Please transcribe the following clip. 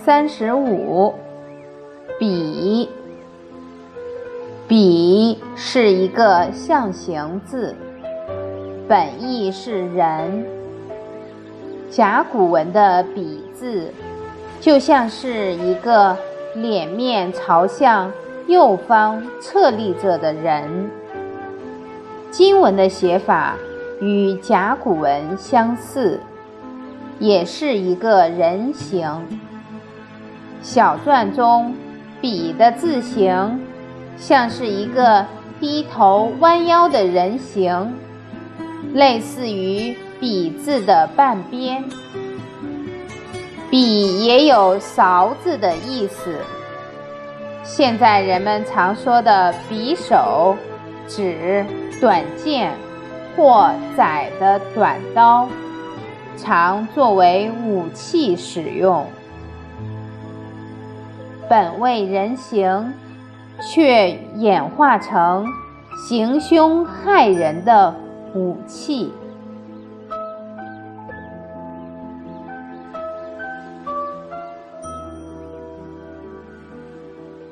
35。笔。笔是一个象形字，本意是人。甲骨文的笔字就像是一个脸面朝向右方侧立着的人。金文的写法与甲骨文相似，也是一个人形。小篆中笔的字形像是一个低头弯腰的人形，类似于笔字的半边。笔也有勺子的意思。现在人们常说的匕首指短剑或窄的短刀，常作为武器使用。本为人形，却演化成行凶害人的武器。